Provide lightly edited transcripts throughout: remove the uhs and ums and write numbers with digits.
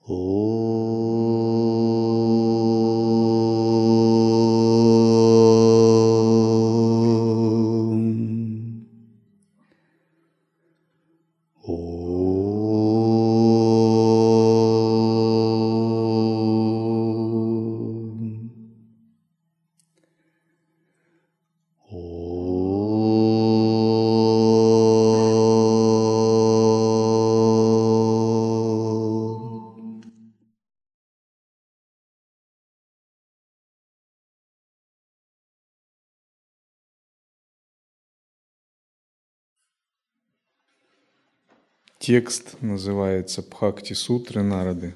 Текст называется Бхакти-сутры Нарады.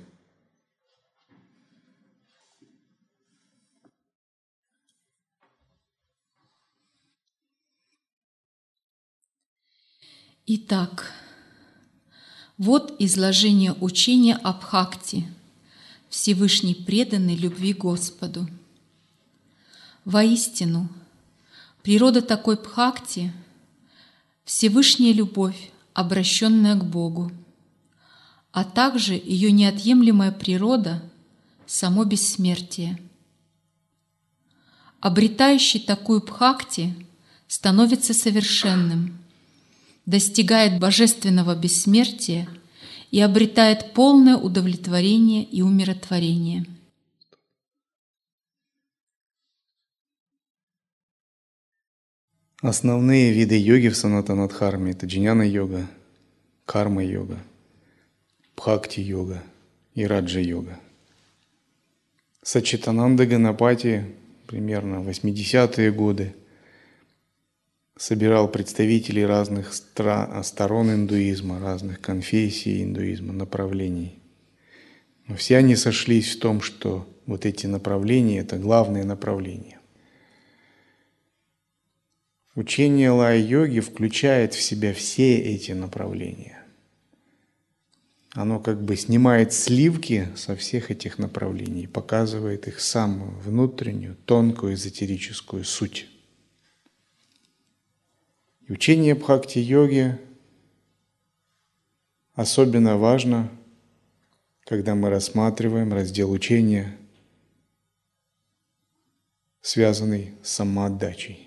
Итак, вот изложение учения о Бхакти, Всевышней преданной любви Господу. Воистину, природа такой Бхакти — Всевышняя любовь, обращенная к Богу, а также ее неотъемлемая природа — само бессмертие. Обретающий такую Бхакти становится совершенным, достигает божественного бессмертия и обретает полное удовлетворение и умиротворение. Основные виды йоги в Санатана-дхарме – это джняна-йога, карма-йога, бхакти-йога и раджа-йога. Саччитананда Ганапати примерно в 80-е годы собирал представителей разных сторон индуизма, разных конфессий индуизма, направлений. Но все они сошлись в том, что вот эти направления – это главные направления. Учение лая-йоги включает в себя все эти направления. Оно как бы снимает сливки со всех этих направлений, показывает их самую внутреннюю, тонкую, эзотерическую суть. И учение бхакти-йоги особенно важно, когда мы рассматриваем раздел учения, связанный с самоотдачей.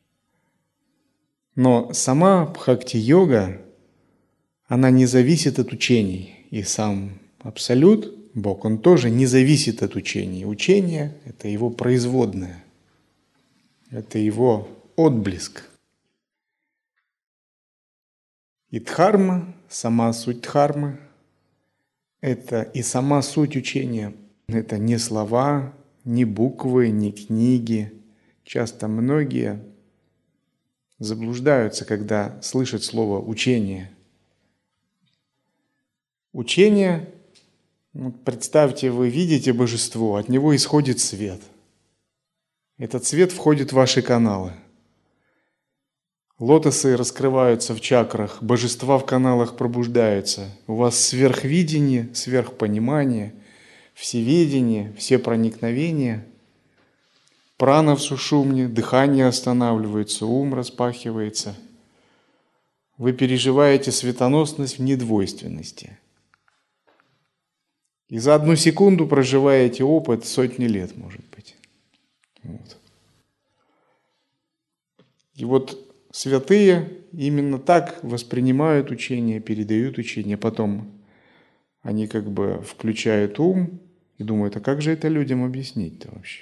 Но сама бхакти-йога, она не зависит от учений. И сам Абсолют, Бог, Он тоже не зависит от учений. Учение – это Его производное, это Его отблеск. И дхарма, сама суть дхармы – это и сама суть учения. Это не слова, не буквы, не книги. Часто многие заблуждаются, когда слышат слово «учение». Учение, представьте, вы видите божество, от него исходит свет. Этот свет входит в ваши каналы. Лотосы раскрываются в чакрах, божества в каналах пробуждаются. У вас сверхвидение, сверхпонимание, всеведение, все проникновения. Прана в сушумне, дыхание останавливается, ум распахивается. Вы переживаете светоносность в недвойственности. И за 1 секунду проживаете опыт сотни лет, может быть. Вот. И вот святые именно так воспринимают учение, передают учение. Потом они как бы включают ум и думают, а как же это людям объяснить-то вообще?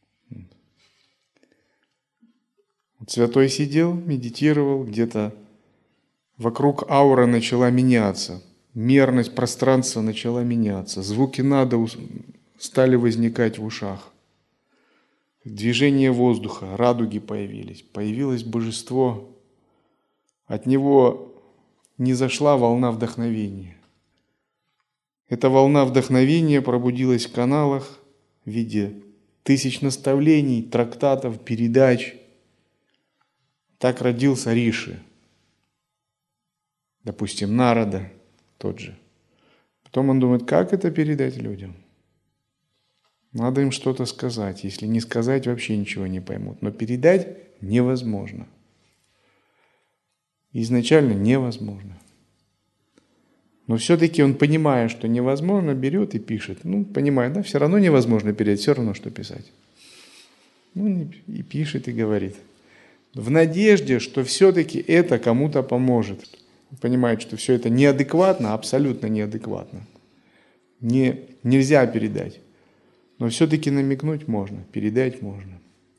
Вот святой сидел, медитировал, где-то вокруг аура начала меняться, мерность пространства начала меняться, звуки нада стали возникать в ушах. Движение воздуха, радуги появились, появилось божество. От него низошла волна вдохновения. Эта волна вдохновения пробудилась в каналах в виде 1000 наставлений, трактатов, передач. Так родился Риши. Допустим, Нарада тот же. Потом он думает, как это передать людям? Надо им что-то сказать. Если не сказать, вообще ничего не поймут. Но передать невозможно. Изначально невозможно. Но все-таки он, понимая, что невозможно, берет и пишет. Понимает, да, все равно невозможно передать, все равно, что писать. И пишет, и говорит. В надежде, что все-таки это кому-то поможет. Понимает, что все это неадекватно, абсолютно неадекватно. Нельзя передать. Но все-таки намекнуть можно, передать можно.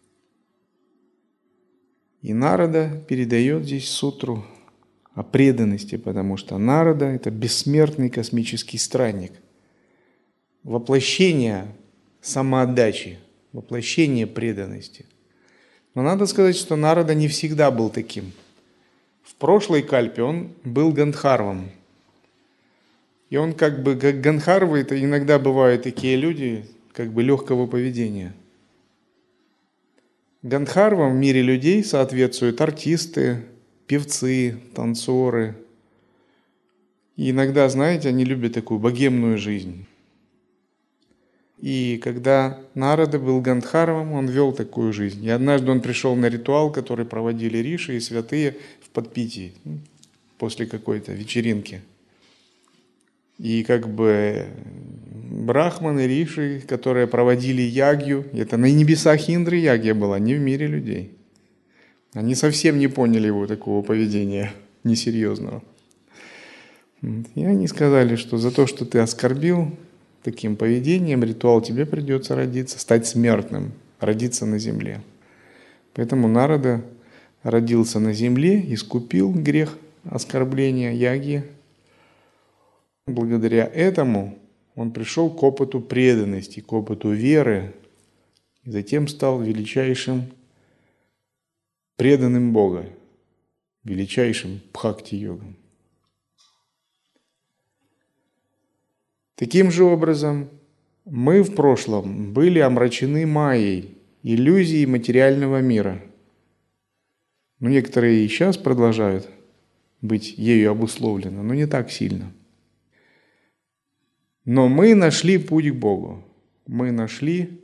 И Нарада передает здесь сутру о преданности, потому что Нарада – это бессмертный космический странник. Воплощение самоотдачи, воплощение преданности. Но надо сказать, что Нарада не всегда был таким. В прошлой кальпе он был Гандхарвом. И он как Гандхарвы, это иногда бывают такие люди, легкого поведения. Гандхарвам в мире людей соответствуют артисты, певцы, танцоры. И иногда, знаете, они любят такую богемную жизнь. И когда Нарада был Гандхарвом, он вел такую жизнь. И однажды он пришел на ритуал, который проводили риши и святые в подпитии, после какой-то вечеринки. И брахманы, риши, которые проводили ягью, это на небесах Индры ягья была, не в мире людей. Они совсем не поняли его такого поведения несерьезного. И они сказали, что за то, что ты оскорбил таким поведением, ритуал, тебе придется родиться, стать смертным, родиться на земле. Поэтому Нарада родился на земле, искупил грех оскорбления ягьи. Благодаря этому он пришел к опыту преданности, к опыту веры, и затем стал величайшим преданным Бога, величайшим бхакти-йогом. Таким же образом, мы в прошлом были омрачены майей, иллюзией материального мира. Но некоторые и сейчас продолжают быть ею обусловлены, но не так сильно. Но мы нашли путь к Богу. Мы нашли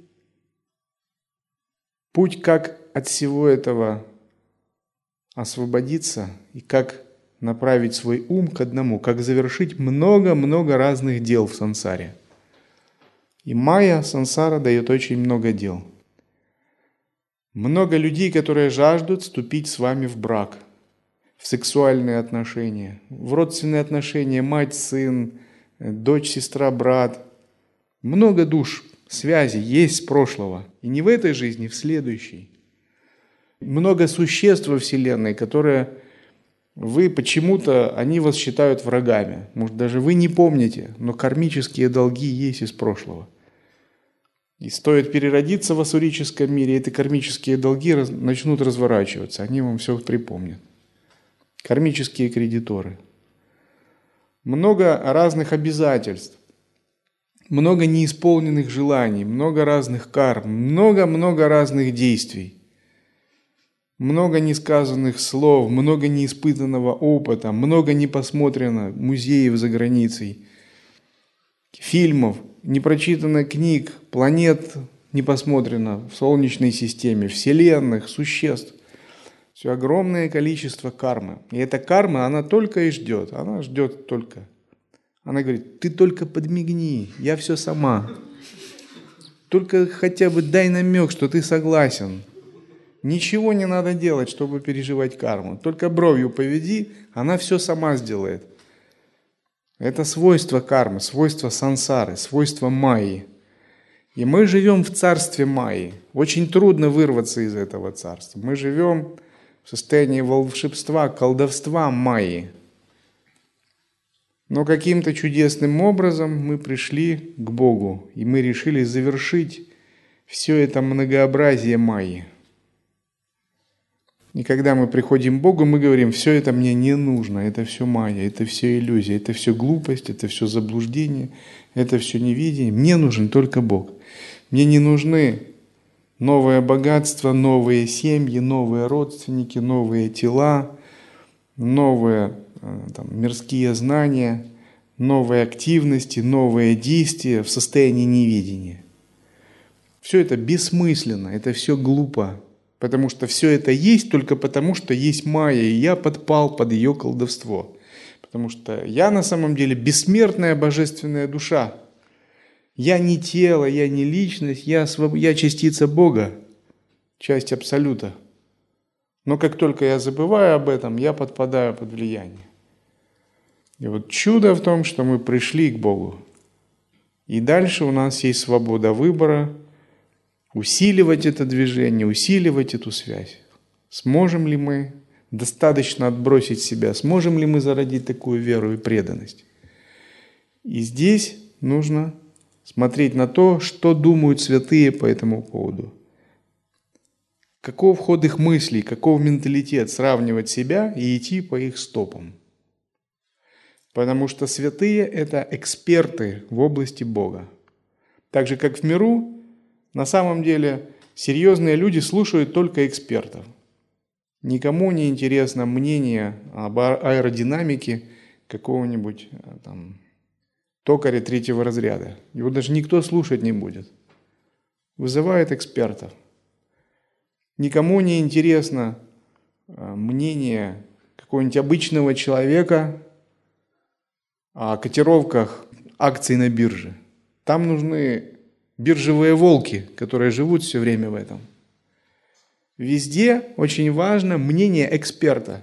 путь, как от всего этого освободиться и как направить свой ум к одному, как завершить много-много разных дел в сансаре. И майя, сансара дает очень много дел. Много людей, которые жаждут вступить с вами в брак, в сексуальные отношения, в родственные отношения мать, сын, дочь, сестра, брат. Много душ, связей есть с прошлого. И не в этой жизни, в следующей. Много существ во Вселенной, которые вы почему-то, они вас считают врагами. Может, даже вы не помните, но кармические долги есть из прошлого. И стоит переродиться в ассурическом мире, эти кармические долги начнут разворачиваться, они вам все припомнят. Кармические кредиторы. Много разных обязательств, много неисполненных желаний, много разных карм, много-много разных действий, много несказанных слов, много неиспытанного опыта, много не посмотрено музеев за границей, фильмов, не прочитано книг, планет не посмотрено в Солнечной системе, вселенных, существ. Все огромное количество кармы. И эта карма, она только и ждет. Она ждет только. Она говорит, ты только подмигни, я все сама. Только хотя бы дай намек, что ты согласен. Ничего не надо делать, чтобы переживать карму. Только бровью поведи, она все сама сделает. Это свойство кармы, свойство сансары, свойство майи. И мы живем в царстве майи. Очень трудно вырваться из этого царства. Мы живем в состоянии волшебства, колдовства майи. Но каким-то чудесным образом мы пришли к Богу, и мы решили завершить все это многообразие майи. И когда мы приходим к Богу, мы говорим, все это мне не нужно, это все майя, это все иллюзия, это все глупость, это все заблуждение, это все невидение. Мне нужен только Бог. Мне не нужны новое богатство, новые семьи, новые родственники, новые тела, новые мирские знания, новые активности, новые действия в состоянии неведения. Все это бессмысленно, это все глупо, потому что все это есть только потому, что есть майя, и я подпал под ее колдовство. Потому что я на самом деле бессмертная божественная душа. Я не тело, я не личность, я частица Бога, часть Абсолюта. Но как только я забываю об этом, я подпадаю под влияние. И вот чудо в том, что мы пришли к Богу. И дальше у нас есть свобода выбора, усиливать это движение, усиливать эту связь. Сможем ли мы достаточно отбросить себя? Сможем ли мы зародить такую веру и преданность? И здесь нужно смотреть на то, что думают святые по этому поводу. Каков ход их мыслей, каков менталитет, сравнивать себя и идти по их стопам. Потому что святые – это эксперты в области Бога. Так же, как в миру, на самом деле серьезные люди слушают только экспертов. Никому не интересно мнение об аэродинамике какого-нибудь там токаря третьего разряда. Его даже никто слушать не будет. Вызывает экспертов. Никому не интересно мнение какого-нибудь обычного человека о котировках акций на бирже. Там нужны биржевые волки, которые живут все время в этом. Везде очень важно мнение эксперта.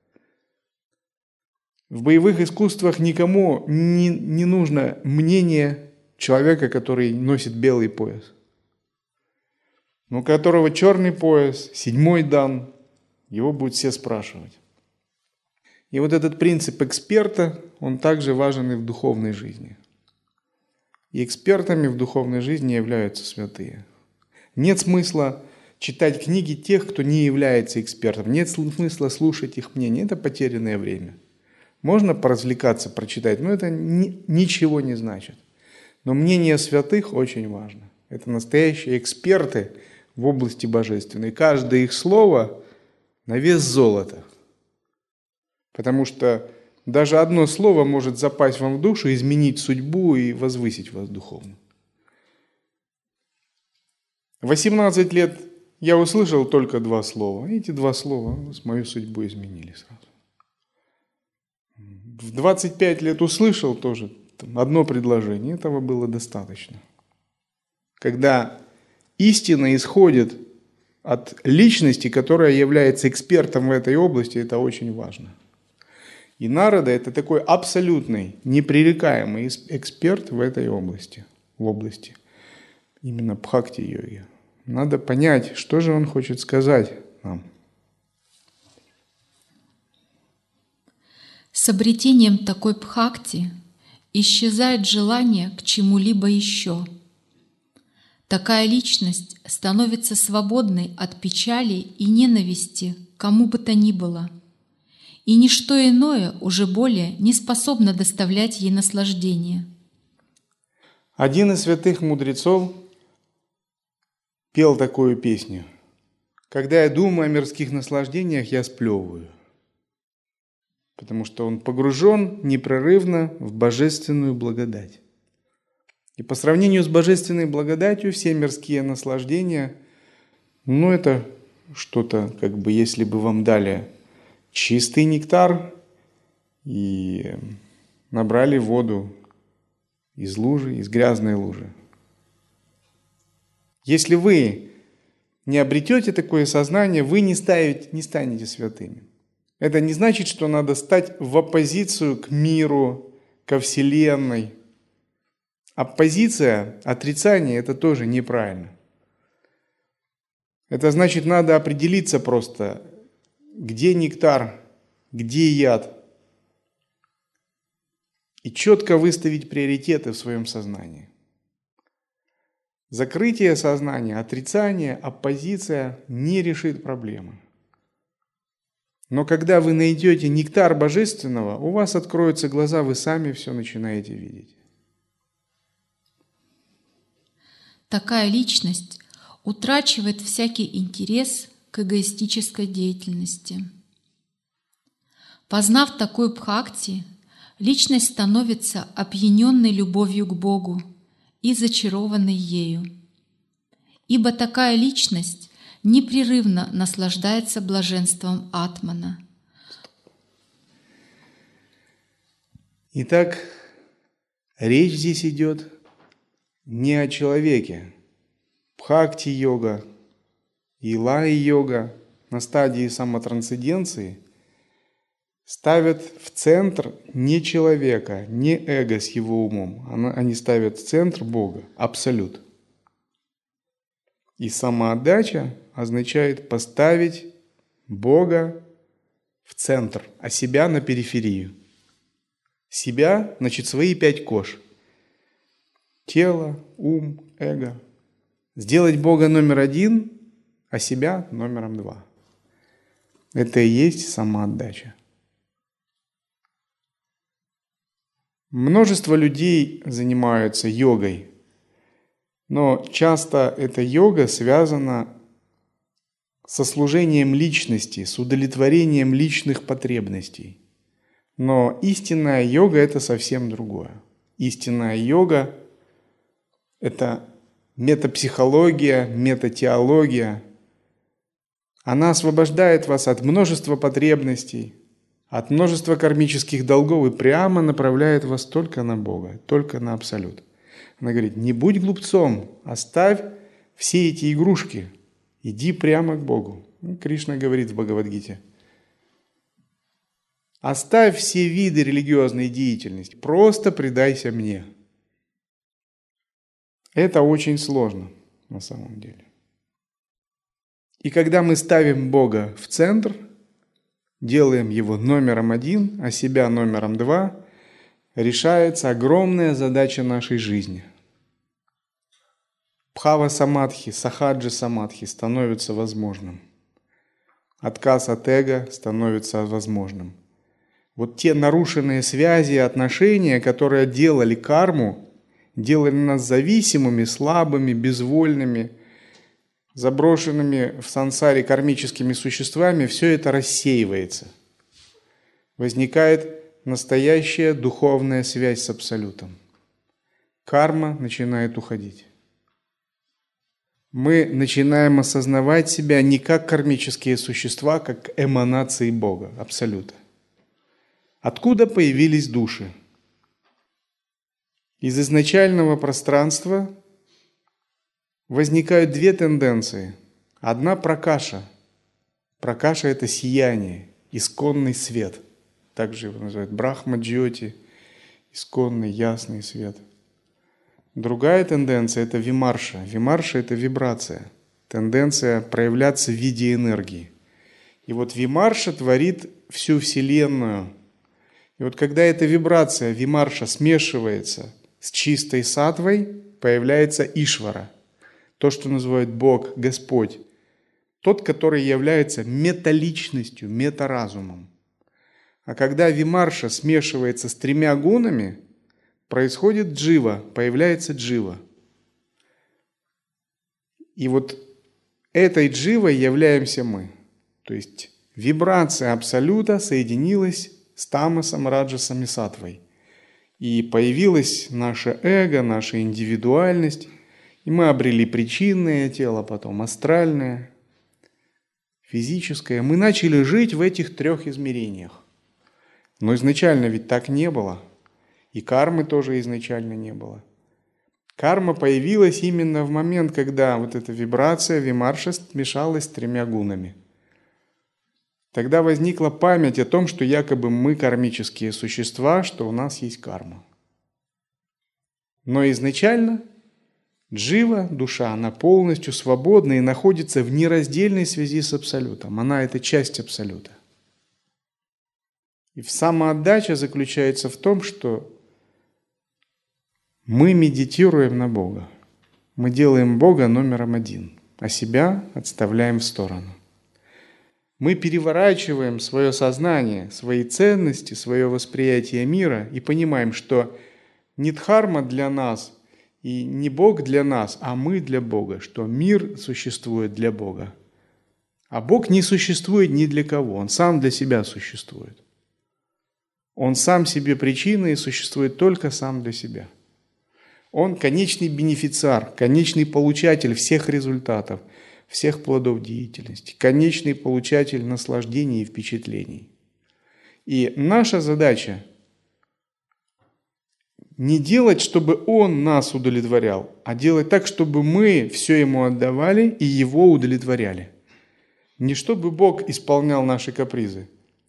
В боевых искусствах никому не нужно мнение человека, который носит белый пояс. Но у которого черный пояс, 7-й дан, его будут все спрашивать. И вот этот принцип эксперта, он также важен и в духовной жизни. И экспертами в духовной жизни являются святые. Нет смысла читать книги тех, кто не является экспертом. Нет смысла слушать их мнение. Это потерянное время. Можно поразвлекаться, прочитать, но это ничего не значит. Но мнение святых очень важно. Это настоящие эксперты в области божественной. Каждое их слово на вес золота. Потому что даже одно слово может запасть вам в душу, изменить судьбу и возвысить вас духовно. 18 лет я услышал только 2 слова. Эти 2 слова мою судьбу изменили сразу. В 25 лет услышал тоже одно предложение. Этого было достаточно. Когда истина исходит от личности, которая является экспертом в этой области, это очень важно. И Нарада – это такой абсолютный, непререкаемый эксперт в этой области, в области именно бхакти-йоги. Надо понять, что же он хочет сказать нам. С обретением такой бхакти исчезает желание к чему-либо еще. Такая личность становится свободной от печали и ненависти к кому бы то ни было, и ничто иное уже более не способно доставлять ей наслаждение. Один из святых мудрецов пел такую песню: «Когда я думаю о мирских наслаждениях, я сплевываю». Потому что он погружен непрерывно в божественную благодать. И по сравнению с божественной благодатью все мирские наслаждения, это что-то, как бы, если бы вам дали чистый нектар и набрали воду из лужи, из грязной лужи. Если вы не обретете такое сознание, вы не станете святыми. Это не значит, что надо стать в оппозицию к миру, ко Вселенной. Оппозиция, отрицание – это тоже неправильно. Это значит, надо определиться просто, где нектар, где яд. И четко выставить приоритеты в своем сознании. Закрытие сознания, отрицание, оппозиция не решит проблемы. Но когда вы найдете нектар божественного, у вас откроются глаза, вы сами все начинаете видеть. Такая личность утрачивает всякий интерес к эгоистической деятельности. Познав такую бхакти, личность становится опьяненной любовью к Богу и зачарованной ею. Ибо такая личность непрерывно наслаждается блаженством атмана. Итак, речь здесь идет не о человеке. Бхакти-йога, илай-йога на стадии самотрансценденции ставят в центр не человека, не эго с его умом. Они ставят в центр Бога, абсолют. И самоотдача означает поставить Бога в центр, а себя на периферию. Себя, значит, свои 5 кож. Тело, ум, эго. Сделать Бога номер 1, а себя номером 2. Это и есть самоотдача. Множество людей занимаются йогой, но часто эта йога связана со служением личности, с удовлетворением личных потребностей. Но истинная йога – это совсем другое. Истинная йога – это метапсихология, метатеология. Она освобождает вас от множества потребностей, от множества кармических долгов и прямо направляет вас только на Бога, только на Абсолют. Она говорит, не будь глупцом, оставь все эти игрушки, иди прямо к Богу. Кришна говорит в Бхагавад-гите. Оставь все виды религиозной деятельности, просто предайся мне. Это очень сложно на самом деле. И когда мы ставим Бога в центр, делаем Его номером 1, а себя номером 2, решается огромная задача нашей жизни. Бхава-самадхи, сахаджа-самадхи становится возможным. Отказ от эго становится возможным. Вот те нарушенные связи и отношения, которые делали карму, делали нас зависимыми, слабыми, безвольными, заброшенными в сансаре кармическими существами, все это рассеивается. Возникает настоящая духовная связь с Абсолютом. Карма начинает уходить. Мы начинаем осознавать себя не как кармические существа, как эманации Бога, Абсолюта. Откуда появились души? Из изначального пространства возникают 2 тенденции. Одна – пракаша. Пракаша – это сияние, исконный свет. Также его называют брахма-джьоти, исконный ясный свет. Другая тенденция – это вимарша. Вимарша – это вибрация, тенденция проявляться в виде энергии. И вот вимарша творит всю Вселенную. И вот когда эта вибрация, вимарша, смешивается с чистой саттвой, появляется Ишвара. То, что называют Бог, Господь. Тот, который является металичностью, метаразумом. А когда вимарша смешивается с 3 гунами, происходит джива, появляется джива. И вот этой дживой являемся мы. То есть вибрация Абсолюта соединилась с тамасом, раджасом и саттвой. И появилось наше эго, наша индивидуальность. И мы обрели причинное тело, потом астральное, физическое. Мы начали жить в этих 3 измерениях. Но изначально ведь так не было. И кармы тоже изначально не было. Карма появилась именно в момент, когда вот эта вибрация, вимарша, смешалась с 3 гунами. Тогда возникла память о том, что якобы мы кармические существа, что у нас есть карма. Но изначально джива, душа, она полностью свободна и находится в нераздельной связи с Абсолютом. Она – это часть Абсолюта. И самоотдача заключается в том, что мы медитируем на Бога. Мы делаем Бога номером 1, а себя отставляем в сторону. Мы переворачиваем свое сознание, свои ценности, свое восприятие мира и понимаем, что не дхарма для нас и не Бог для нас, а мы для Бога, что мир существует для Бога. А Бог не существует ни для кого, Он сам для себя существует. Он сам себе причина и существует только сам для себя. Он конечный бенефициар, конечный получатель всех результатов, всех плодов деятельности, конечный получатель наслаждений и впечатлений. И наша задача не делать, чтобы Он нас удовлетворял, а делать так, чтобы мы все Ему отдавали и Его удовлетворяли. Не чтобы Бог исполнял наши капризы,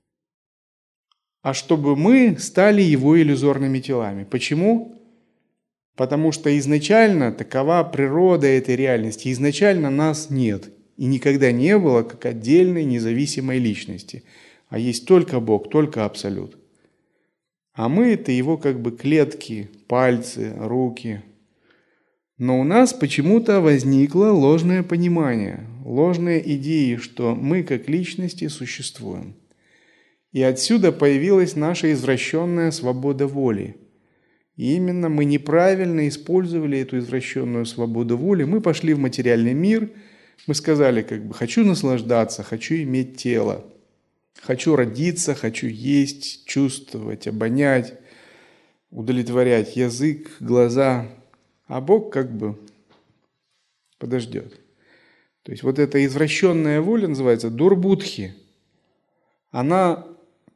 а чтобы мы стали Его иллюзорными телами. Почему? Потому что изначально такова природа этой реальности. Изначально нас нет и никогда не было как отдельной независимой личности. А есть только Бог, только Абсолют. А мы – это Его как бы клетки, пальцы, руки. Но у нас почему-то возникло ложное понимание, ложные идеи, что мы как личности существуем. И отсюда появилась наша извращенная свобода воли. И именно мы неправильно использовали эту извращенную свободу воли. Мы пошли в материальный мир, мы сказали, как бы, хочу наслаждаться, хочу иметь тело, хочу родиться, хочу есть, чувствовать, обонять, удовлетворять язык, глаза. А Бог как бы подождет. То есть вот эта извращенная воля называется дурбудхи. Она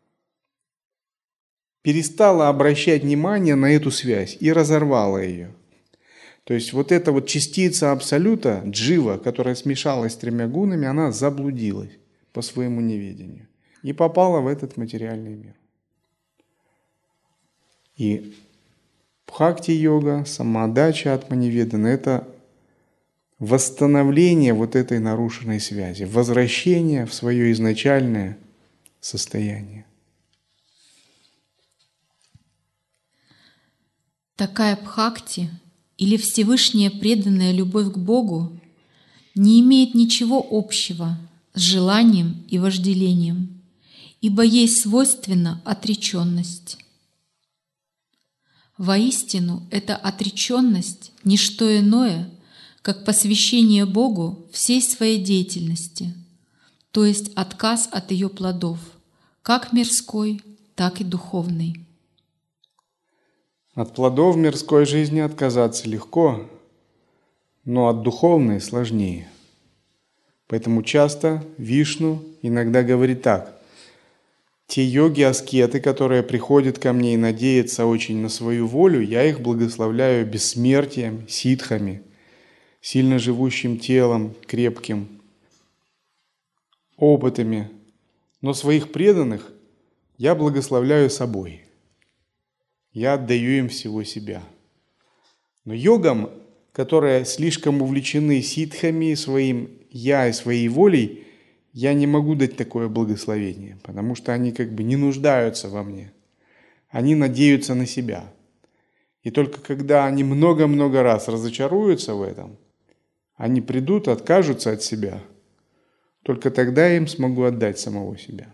перестала обращать внимание на эту связь и разорвала ее. То есть вот эта вот частица Абсолюта, джива, которая смешалась с тремя гунами, она заблудилась по своему неведению и попала в этот материальный мир. И бхакти-йога, самоотдача атманиведана – это восстановление вот этой нарушенной связи, возвращение в свое изначальное состояние. Такая бхакти или Всевышняя преданная любовь к Богу не имеет ничего общего с желанием и вожделением, ибо ей свойственна отреченность. Воистину, эта отреченность – не что иное, как посвящение Богу всей своей деятельности, то есть отказ от ее плодов, как мирской, так и духовной. От плодов мирской жизни отказаться легко, но от духовной сложнее. Поэтому часто Вишну иногда говорит так: те йоги-аскеты, которые приходят ко мне и надеются очень на свою волю, я их благословляю бессмертием, ситхами, сильно живущим телом, крепким, опытами. Но своих преданных я благословляю собой. Я отдаю им всего себя. Но йогам, которые слишком увлечены ситхами, своим «я» и своей волей, я не могу дать такое благословение, потому что они как бы не нуждаются во мне. Они надеются на себя. И только когда они много-много раз разочаруются в этом, они придут, откажутся от себя, только тогда я им смогу отдать самого себя.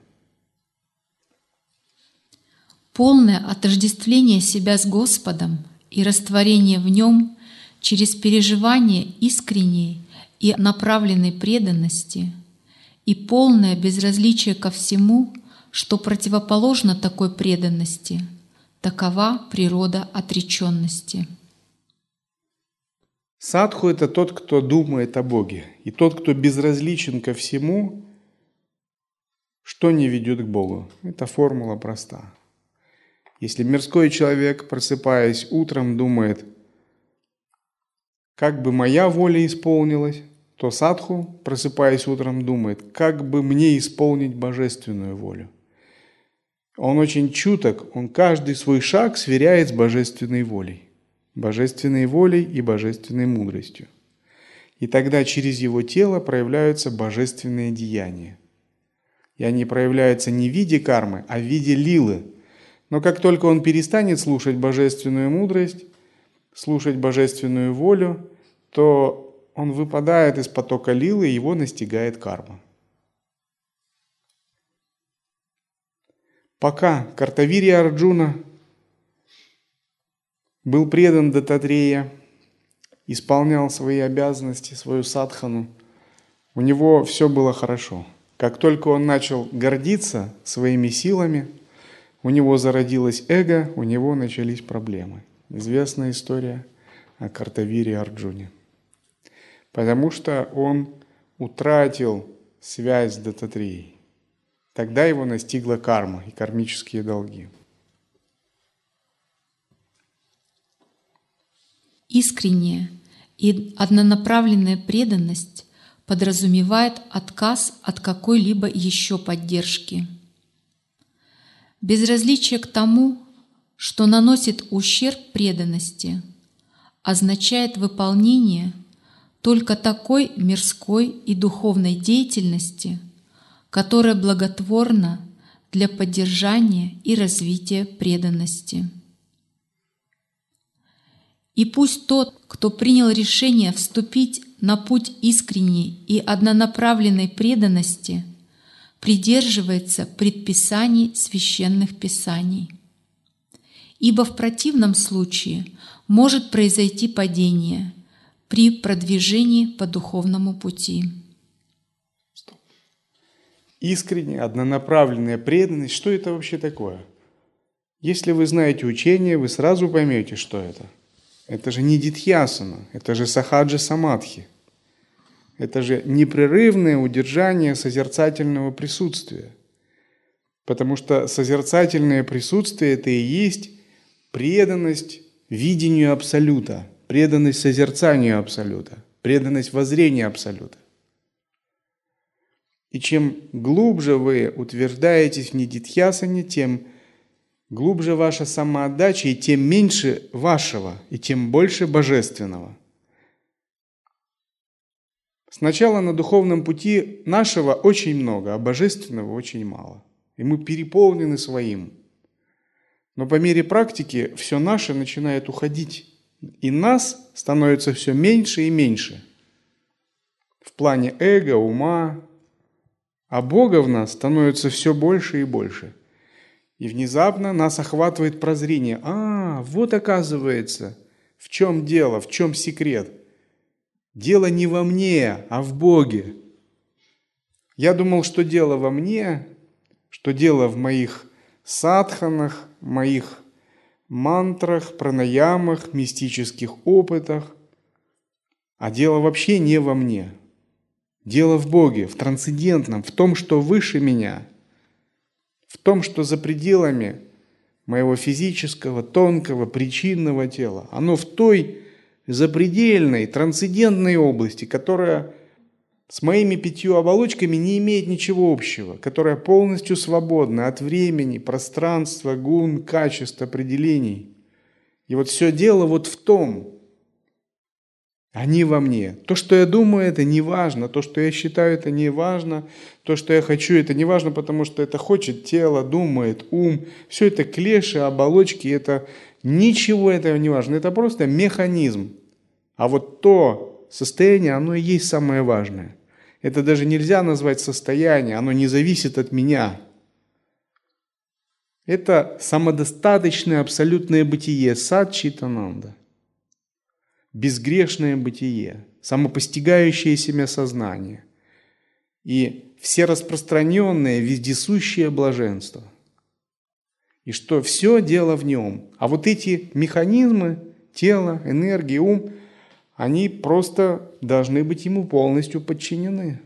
Полное отождествление себя с Господом и растворение в Нем через переживание искренней и направленной преданности и полное безразличие ко всему, что противоположно такой преданности, такова природа отреченности. Садху – это тот, кто думает о Боге, и тот, кто безразличен ко всему, что не ведет к Богу. Эта формула проста. Если мирской человек, просыпаясь утром, думает, как бы моя воля исполнилась, то садху, просыпаясь утром, думает, как бы мне исполнить божественную волю. Он очень чуток, он каждый свой шаг сверяет с божественной волей и божественной мудростью. И тогда через его тело проявляются божественные деяния. И они проявляются не в виде кармы, а в виде лилы. Но как только он перестанет слушать божественную мудрость, слушать божественную волю, то он выпадает из потока лилы, и его настигает карма. Пока Картавирья Арджуна был предан Даттатрея, исполнял свои обязанности, свою садхану, у него все было хорошо. Как только он начал гордиться своими силами, у него зародилось эго, у него начались проблемы. Известная история о Картавирье Арджуне. Потому что он утратил связь с Даттатреей. Тогда его настигла карма и кармические долги. Искренняя и однонаправленная преданность подразумевает отказ от какой-либо еще поддержки. Безразличие к тому, что наносит ущерб преданности, означает выполнение только такой мирской и духовной деятельности, которая благотворна для поддержания и развития преданности. И пусть тот, кто принял решение вступить на путь искренней и однонаправленной преданности, придерживается предписаний священных писаний. Ибо в противном случае может произойти падение при продвижении по духовному пути. Искренняя, однонаправленная преданность, что это вообще такое? Если вы знаете учение, вы сразу поймете, что это. Это же не дитхьясана, это же сахаджа самадхи. Это же непрерывное удержание созерцательного присутствия. Потому что созерцательное присутствие – это и есть преданность видению Абсолюта, преданность созерцанию Абсолюта, преданность воззрению Абсолюта. И чем глубже вы утверждаетесь в нидитхьясане, тем глубже ваша самоотдача, и тем меньше вашего, и тем больше божественного. Сначала на духовном пути нашего очень много, а божественного очень мало. И мы переполнены своим. Но по мере практики все наше начинает уходить. И нас становится все меньше и меньше. В плане эго, ума. А Бога в нас становится все больше и больше. И внезапно нас охватывает прозрение. Вот оказывается, в чем дело, в чем секрет. Дело не во мне, а в Боге. Я думал, что дело во мне, что дело в моих садханах, моих мантрах, пранаямах, мистических опытах. А дело вообще не во мне. Дело в Боге, в трансцендентном, в том, что выше меня, в том, что за пределами моего физического, тонкого, причинного тела. Оно в той запредельной, трансцендентной области, которая с моими 5 оболочками не имеет ничего общего, которая полностью свободна от времени, пространства, гун, качеств, определений. И вот все дело вот в том, а не во мне. То, что я думаю, это не важно, то, что я считаю, это не важно, то, что я хочу, это не важно, потому что это хочет тело, думает ум. Все это клеши, оболочки, это ничего этого не важно, это просто механизм. А вот то состояние, оно и есть самое важное. Это даже нельзя назвать состояние, оно не зависит от меня. Это самодостаточное абсолютное бытие, сад-читананда. Безгрешное бытие, самопостигающее себя сознание и всераспространенное вездесущее блаженство. И что все дело в нем. А вот эти механизмы, тело, энергия, ум, они просто должны быть ему полностью подчинены.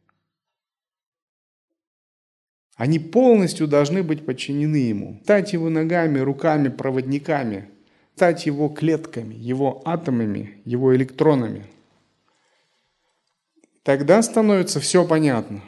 Они полностью должны быть подчинены ему. Стать его ногами, руками, проводниками. Стать его клетками, его атомами, его электронами. Тогда становится все понятно.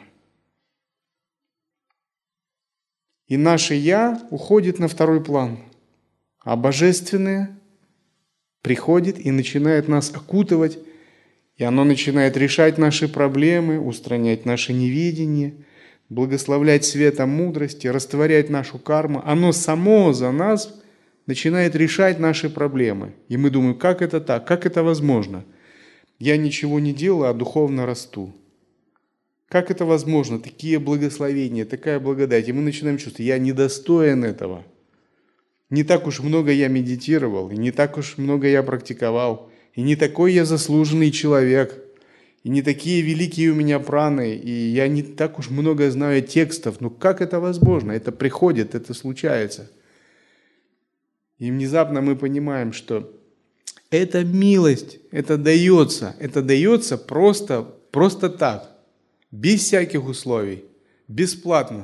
И наше «я» уходит на второй план, а божественное приходит и начинает нас окутывать, и оно начинает решать наши проблемы, устранять наше неведение, благословлять светом мудрости, растворять нашу карму. Оно само за нас начинает решать наши проблемы. И мы думаем, как это так, как это возможно? Я ничего не делаю, а духовно расту. Как это возможно? Такие благословения, такая благодать. И мы начинаем чувствовать, я недостоин этого. Не так уж много я медитировал, и не так уж много я практиковал, и не такой я заслуженный человек, и не такие великие у меня праны, и я не так уж много знаю текстов. Ну как это возможно? Это приходит, это случается. И внезапно мы понимаем, что это милость, это дается просто так, без всяких условий, бесплатно.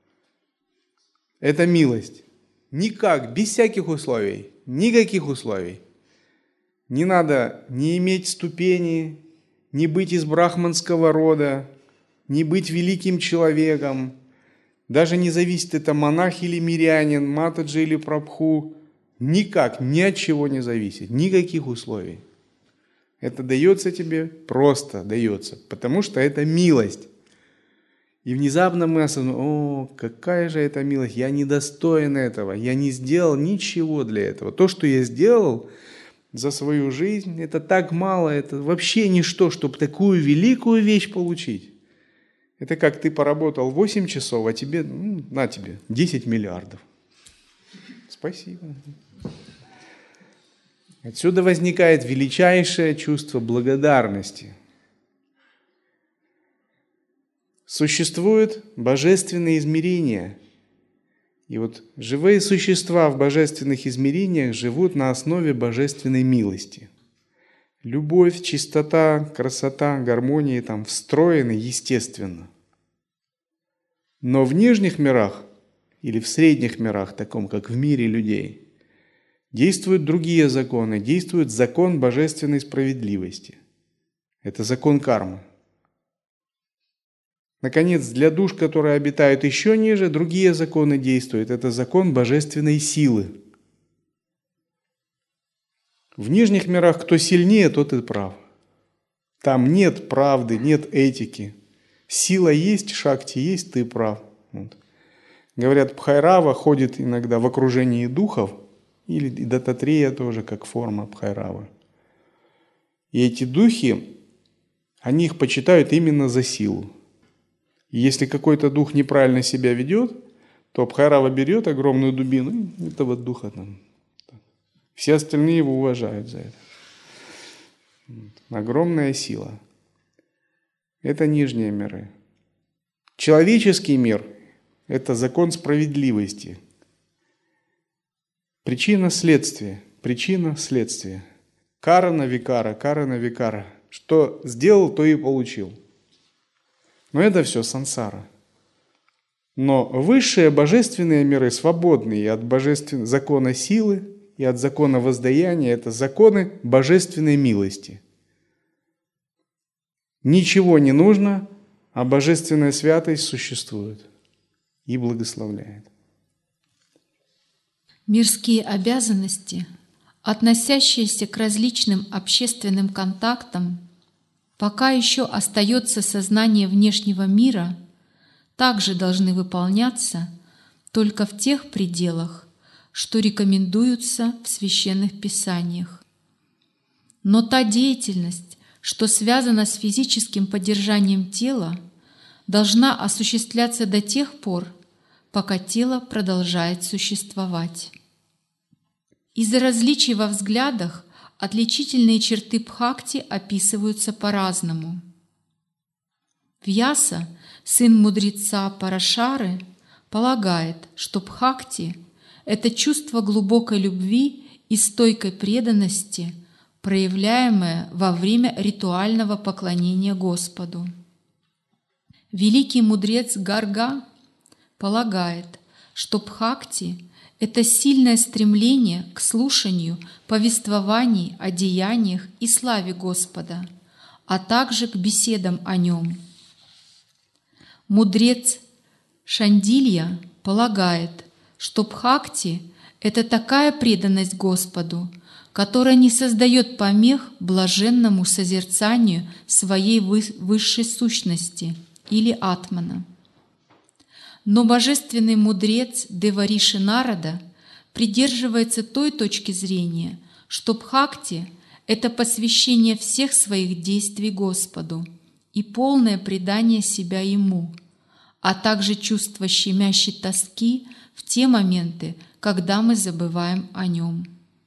Это милость. Никак, без всяких условий, никаких условий. Не надо не иметь ступени, не быть из брахманского рода, не быть великим человеком. Даже не зависит, это монах или мирянин, матаджи или прабху. Никак, ни от чего не зависит, никаких условий. Это дается тебе, просто дается, потому что это милость. И внезапно мы осознаем: о, какая же это милость, я недостоин этого, я не сделал ничего для этого. То, что я сделал за свою жизнь, это так мало, это вообще ничто, чтобы такую великую вещь получить. Это как ты поработал 8 часов, а тебе, на тебе, 10 миллиардов. Спасибо. Отсюда возникает величайшее чувство благодарности. Существуют божественные измерения. И вот живые существа в божественных измерениях живут на основе божественной милости. Любовь, чистота, красота, гармония там встроены естественно. Но в нижних мирах или в средних мирах, таком как в мире людей, действуют другие законы, действует закон божественной справедливости. Это закон кармы. Наконец, для душ, которые обитают еще ниже, другие законы действуют. Это закон божественной силы. В нижних мирах кто сильнее, тот и прав. Там нет правды, нет этики. Сила есть, шакти есть, ты прав. Вот. Говорят, Бхайрава ходит иногда в окружении духов, или Дататрея тоже, как форма Бхайравы. И эти духи, они их почитают именно за силу. И если какой-то дух неправильно себя ведет, то Бхайрава берет огромную дубину и этого духа там. Все остальные его уважают за это. Огромная сила. Это нижние миры. Человеческий мир – это закон справедливости. Причина-следствие. Причина-следствие. Карана-викара. Что сделал, то и получил. Но это все сансара. Но высшие божественные миры свободные от закона силы и от закона воздаяния. Это законы божественной милости. Ничего не нужно, а божественная святость существует и благословляет. Мирские обязанности, относящиеся к различным общественным контактам, пока еще остается сознание внешнего мира, также должны выполняться только в тех пределах, что рекомендуются в священных писаниях. Но та деятельность, что связана с физическим поддержанием тела, должна осуществляться до тех пор, пока тело продолжает существовать. Из-за различий во взглядах отличительные черты Бхакти описываются по-разному. Вьяса, сын мудреца Парашары, полагает, что Бхакти – это чувство глубокой любви и стойкой преданности, проявляемое во время ритуального поклонения Господу. Великий мудрец Гарга полагает, что Бхакти – это сильное стремление к слушанию повествований о деяниях и славе Господа, а также к беседам о Нем. Мудрец Шандилья полагает, что Бхакти – это такая преданность Господу, которая не создает помех блаженному созерцанию своей высшей сущности или атмана. Но божественный мудрец Девариши Нарада придерживается той точки зрения, что Бхакти – это посвящение всех своих действий Господу и полное предание себя Ему, а также чувство щемящей тоски в те моменты, когда мы забываем о Нем.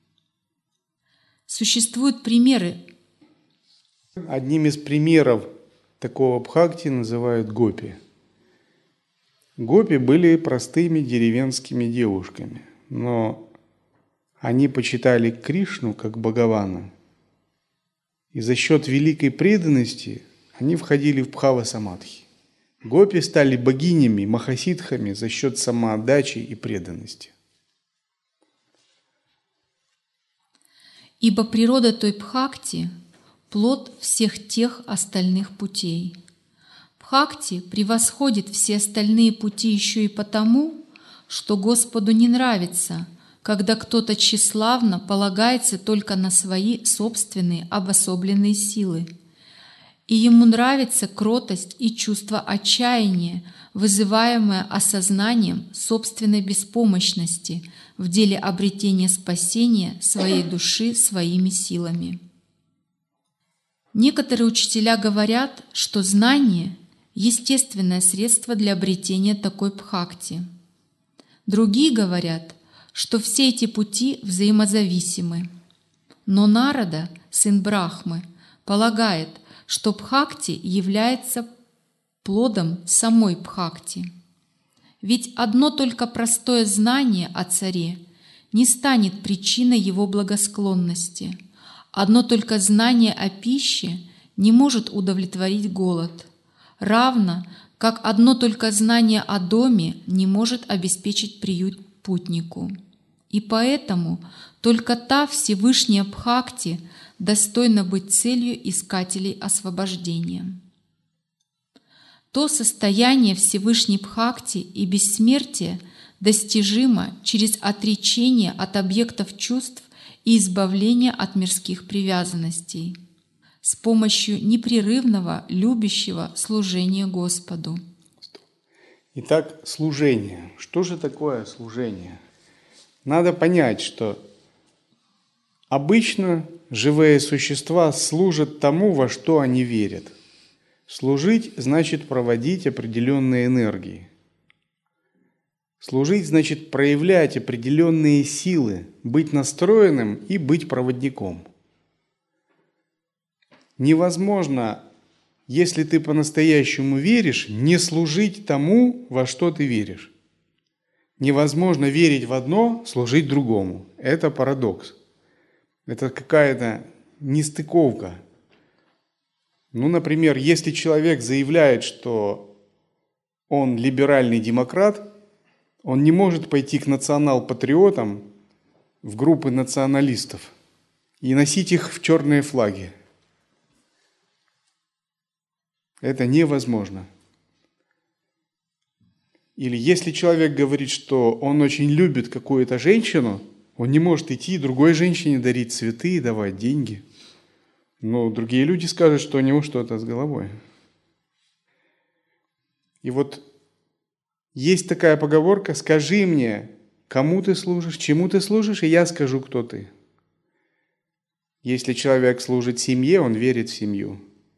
Существуют примеры. Одним из примеров такого бхакти называют гопи. Гопи были простыми деревенскими девушками, но они почитали Кришну как Бхагавана. И за счет великой преданности они входили в бхава-самадхи. Гопи стали богинями, махасидхами за счет самоотдачи и преданности. Ибо природа той бхакти – плод всех тех остальных путей. Бхакти превосходит все остальные пути еще и потому, что Господу не нравится, когда кто-то тщеславно полагается только на свои собственные обособленные силы. И Ему нравится кротость и чувство отчаяния, вызываемое осознанием собственной беспомощности в деле обретения спасения своей души своими силами. Некоторые учителя говорят, что знание – естественное средство для обретения такой бхакти. Другие говорят, что все эти пути взаимозависимы. Но Нарада, сын Брахмы, полагает, что бхакти является плодом самой бхакти. Ведь одно только простое знание о царе не станет причиной его благосклонности. Одно только знание о пище не может удовлетворить голод, равно как одно только знание о доме не может обеспечить приют путнику. И поэтому только та Всевышняя бхакти достойна быть целью искателей освобождения. То состояние Всевышней бхакти и бессмертия достижимо через отречение от объектов чувств и избавление от мирских привязанностей с помощью непрерывного любящего служения Господу. Итак, служение. Что же такое служение? Надо понять, что обычно живые существа служат тому, во что они верят. Служить значит проводить определенные энергии. Служить значит проявлять определенные силы, быть настроенным и быть проводником. Невозможно, если ты по-настоящему веришь, не служить тому, во что ты веришь. Невозможно верить в одно, служить другому. Это парадокс. Это какая-то нестыковка. Например, если человек заявляет, что он либеральный демократ, он не может пойти к национал-патриотам в группы националистов и носить их в черные флаги. Это невозможно. Или если человек говорит, что он очень любит какую-то женщину, он не может идти другой женщине дарить цветы и давать деньги. Но другие люди скажут, что у него что-то с головой. И вот есть такая поговорка: «Скажи мне, кому ты служишь, чему ты служишь, и я скажу, кто ты». Если человек служит семье, он верит в семью.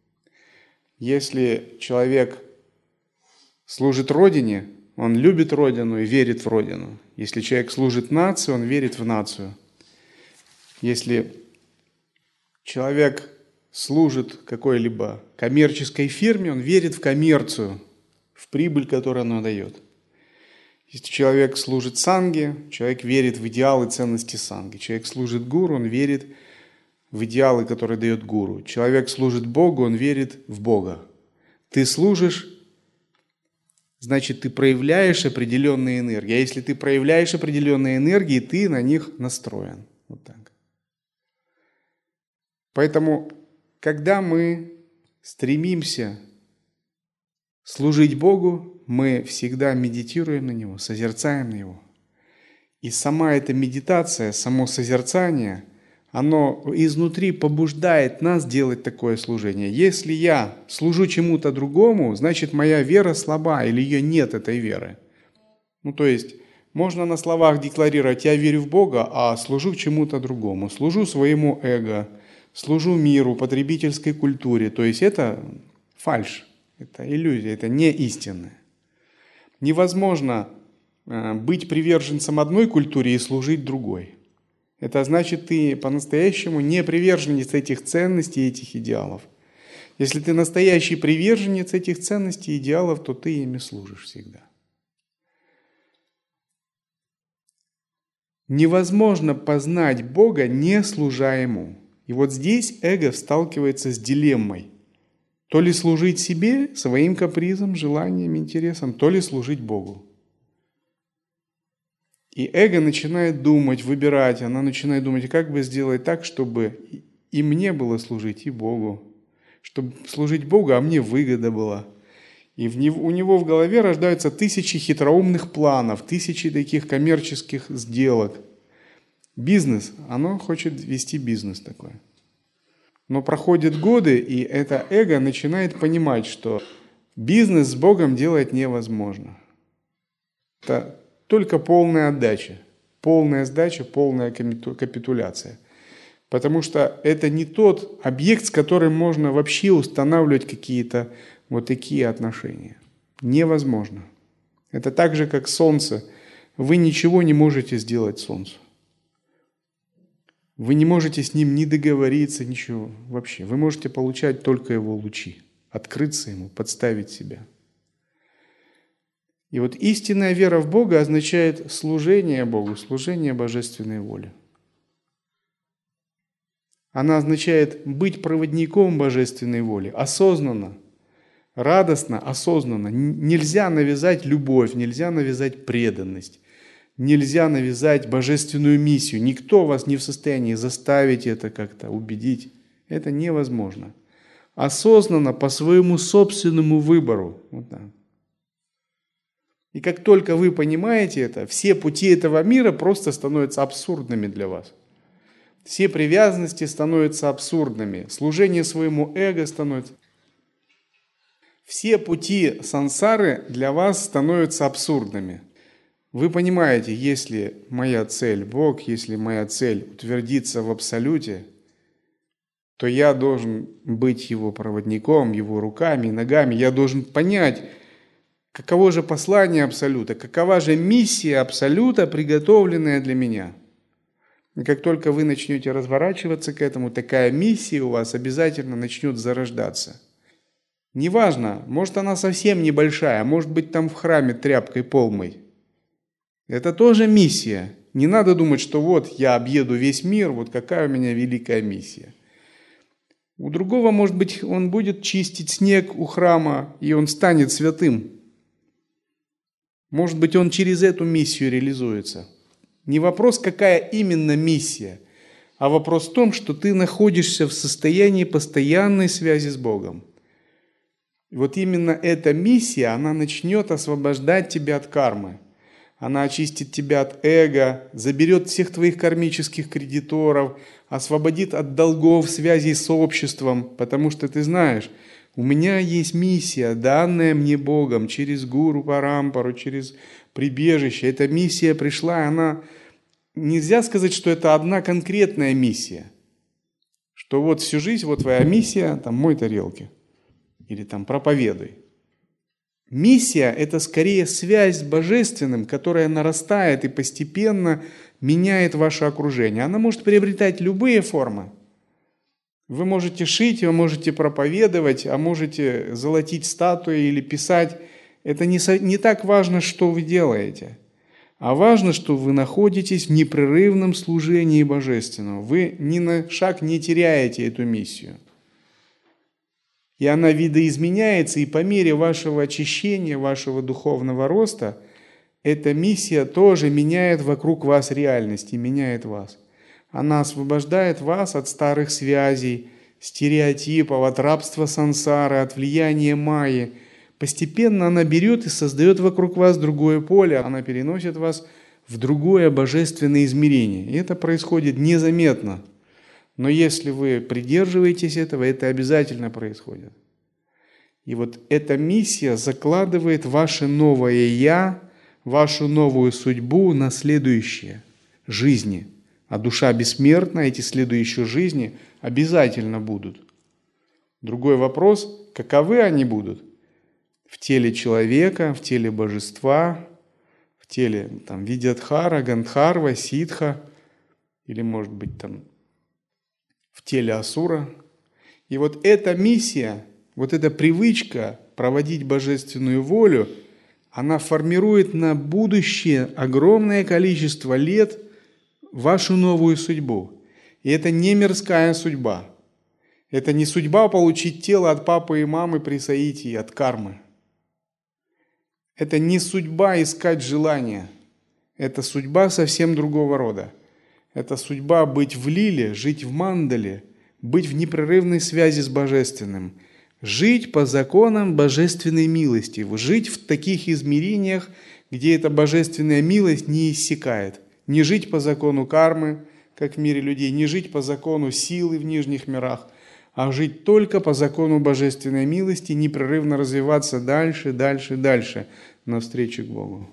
Если человек служит Родине, он любит Родину и верит в Родину. Если человек служит нации, он верит в нацию. Если человек служит какой-либо коммерческой фирме, он верит в коммерцию, в прибыль, которую она дает. Если человек служит санге, человек верит в идеалы и ценности санги. Человек служит гуру, он верит в идеалы, которые дает гуру. Человек служит Богу, он верит в Бога. Ты служишь, значит, ты проявляешь определенные энергии. А если ты проявляешь определенные энергии, ты на них настроен. Вот так. Поэтому, когда мы стремимся служить Богу, мы всегда медитируем на Него, созерцаем на Него. И сама эта медитация, само созерцание, оно изнутри побуждает нас делать такое служение. Если я служу чему-то другому, значит, моя вера слаба или ее нет, этой веры. То есть, можно на словах декларировать: я верю в Бога, а служу чему-то другому. Служу своему эго, служу миру, потребительской культуре. То есть, это фальшь, это иллюзия, это не истинное. Невозможно быть приверженцем одной культуре и служить другой. Это значит, ты по-настоящему не приверженец этих ценностей, этих идеалов. Если ты настоящий приверженец этих ценностей и идеалов, то ты ими служишь всегда. Невозможно познать Бога, не служа Ему. И вот здесь эго сталкивается с дилеммой. То ли служить себе, своим капризам, желаниям, интересам, то ли служить Богу. И эго начинает думать, выбирать, она начинает думать, как бы сделать так, чтобы и мне было служить, и Богу. Чтобы служить Богу, а мне выгода была. И у него в голове рождаются тысячи хитроумных планов, тысячи таких коммерческих сделок. Бизнес, оно хочет вести бизнес такой. Но проходят годы, и это эго начинает понимать, что бизнес с Богом делать невозможно. Это только полная отдача, полная сдача, полная капитуляция. Потому что это не тот объект, с которым можно вообще устанавливать какие-то вот такие отношения. Невозможно. Это так же, как Солнце. Вы ничего не можете сделать Солнцу. Вы не можете с ним ни договориться, ничего вообще. Вы можете получать только его лучи, открыться ему, подставить себя. И вот истинная вера в Бога означает служение Богу, служение божественной воле. Она означает быть проводником божественной воли, осознанно, радостно, осознанно. Нельзя навязать любовь, нельзя навязать преданность, нельзя навязать божественную миссию. Никто вас не в состоянии заставить это как-то, убедить. Это невозможно. Осознанно, по своему собственному выбору. Вот так. И как только вы понимаете это, все пути этого мира просто становятся абсурдными для вас. Все привязанности становятся абсурдными. Служение своему эго становится... Все пути сансары для вас становятся абсурдными. Вы понимаете, если моя цель Бог, если моя цель утвердиться в Абсолюте, то я должен быть Его проводником, Его руками и ногами. Я должен понять, каково же послание Абсолюта, какова же миссия Абсолюта, приготовленная для меня. И как только вы начнете разворачиваться к этому, такая миссия у вас обязательно начнет зарождаться. Неважно, может она совсем небольшая, может быть там в храме тряпкой пол мыть. Это тоже миссия. Не надо думать, что вот я объеду весь мир, вот какая у меня великая миссия. У другого, может быть, он будет чистить снег у храма, и он станет святым. Может быть, он через эту миссию реализуется. Не вопрос, какая именно миссия, а вопрос в том, что ты находишься в состоянии постоянной связи с Богом. И вот именно эта миссия, она начнет освобождать тебя от кармы. Она очистит тебя от эго, заберет всех твоих кармических кредиторов, освободит от долгов, связей с обществом, потому что ты знаешь, у меня есть миссия, данная мне Богом через гуру Парампару, через прибежище. Эта миссия пришла, она... Нельзя сказать, что это одна конкретная миссия. Что вот всю жизнь, вот твоя миссия, там, мой тарелки. Или там проповедуй. Миссия – это скорее связь с Божественным, которая нарастает и постепенно меняет ваше окружение. Она может приобретать любые формы. Вы можете шить, вы можете проповедовать, а можете золотить статуи или писать. Это не так важно, что вы делаете. А важно, что вы находитесь в непрерывном служении Божественному. Вы ни на шаг не теряете эту миссию. И она видоизменяется, и по мере вашего очищения, вашего духовного роста, эта миссия тоже меняет вокруг вас реальность и меняет вас. Она освобождает вас от старых связей, стереотипов, от рабства сансары, от влияния майи. Постепенно она берет и создает вокруг вас другое поле, она переносит вас в другое божественное измерение. И это происходит незаметно. Но если вы придерживаетесь этого, это обязательно происходит. И вот эта миссия закладывает ваше новое «я», вашу новую судьбу на следующие жизни. А душа бессмертна, эти следующие жизни обязательно будут. Другой вопрос, каковы они будут? В теле человека, в теле божества, в теле там, Видьядхара, Гандхарва, Ситха, или, может быть, там, в теле Асура. И вот эта миссия, вот эта привычка проводить божественную волю, она формирует на будущее огромное количество лет вашу новую судьбу. И это не мирская судьба. Это не судьба получить тело от папы и мамы при соитии, от кармы. Это не судьба искать желания. Это судьба совсем другого рода. Это судьба быть в лиле, жить в мандале, быть в непрерывной связи с Божественным, жить по законам божественной милости, жить в таких измерениях, где эта божественная милость не иссякает. Не жить по закону кармы, как в мире людей, не жить по закону силы в нижних мирах, а жить только по закону божественной милости, непрерывно развиваться дальше, дальше, дальше, навстречу к Богу.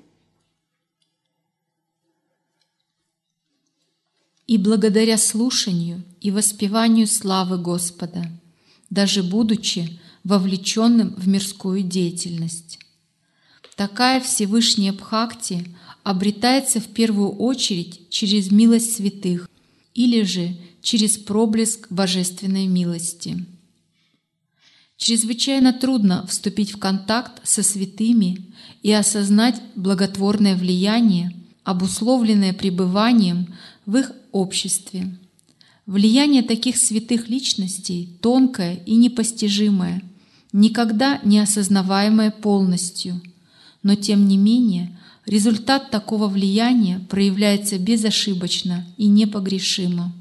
И благодаря слушанию и воспеванию славы Господа, даже будучи вовлеченным в мирскую деятельность. Такая Всевышняя Бхакти обретается в первую очередь через милость святых или же через проблеск божественной милости. Чрезвычайно трудно вступить в контакт со святыми и осознать благотворное влияние, обусловленное пребыванием в их обществе. Влияние таких святых личностей тонкое и непостижимое, никогда не осознаваемое полностью, но тем не менее результат такого влияния проявляется безошибочно и непогрешимо.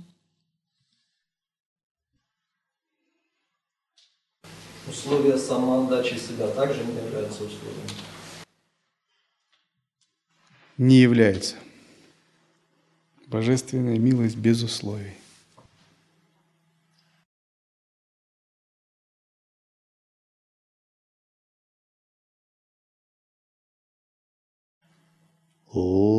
Условия самоотдачи себя также не являются условием? Не является. Божественная милость без условий. О.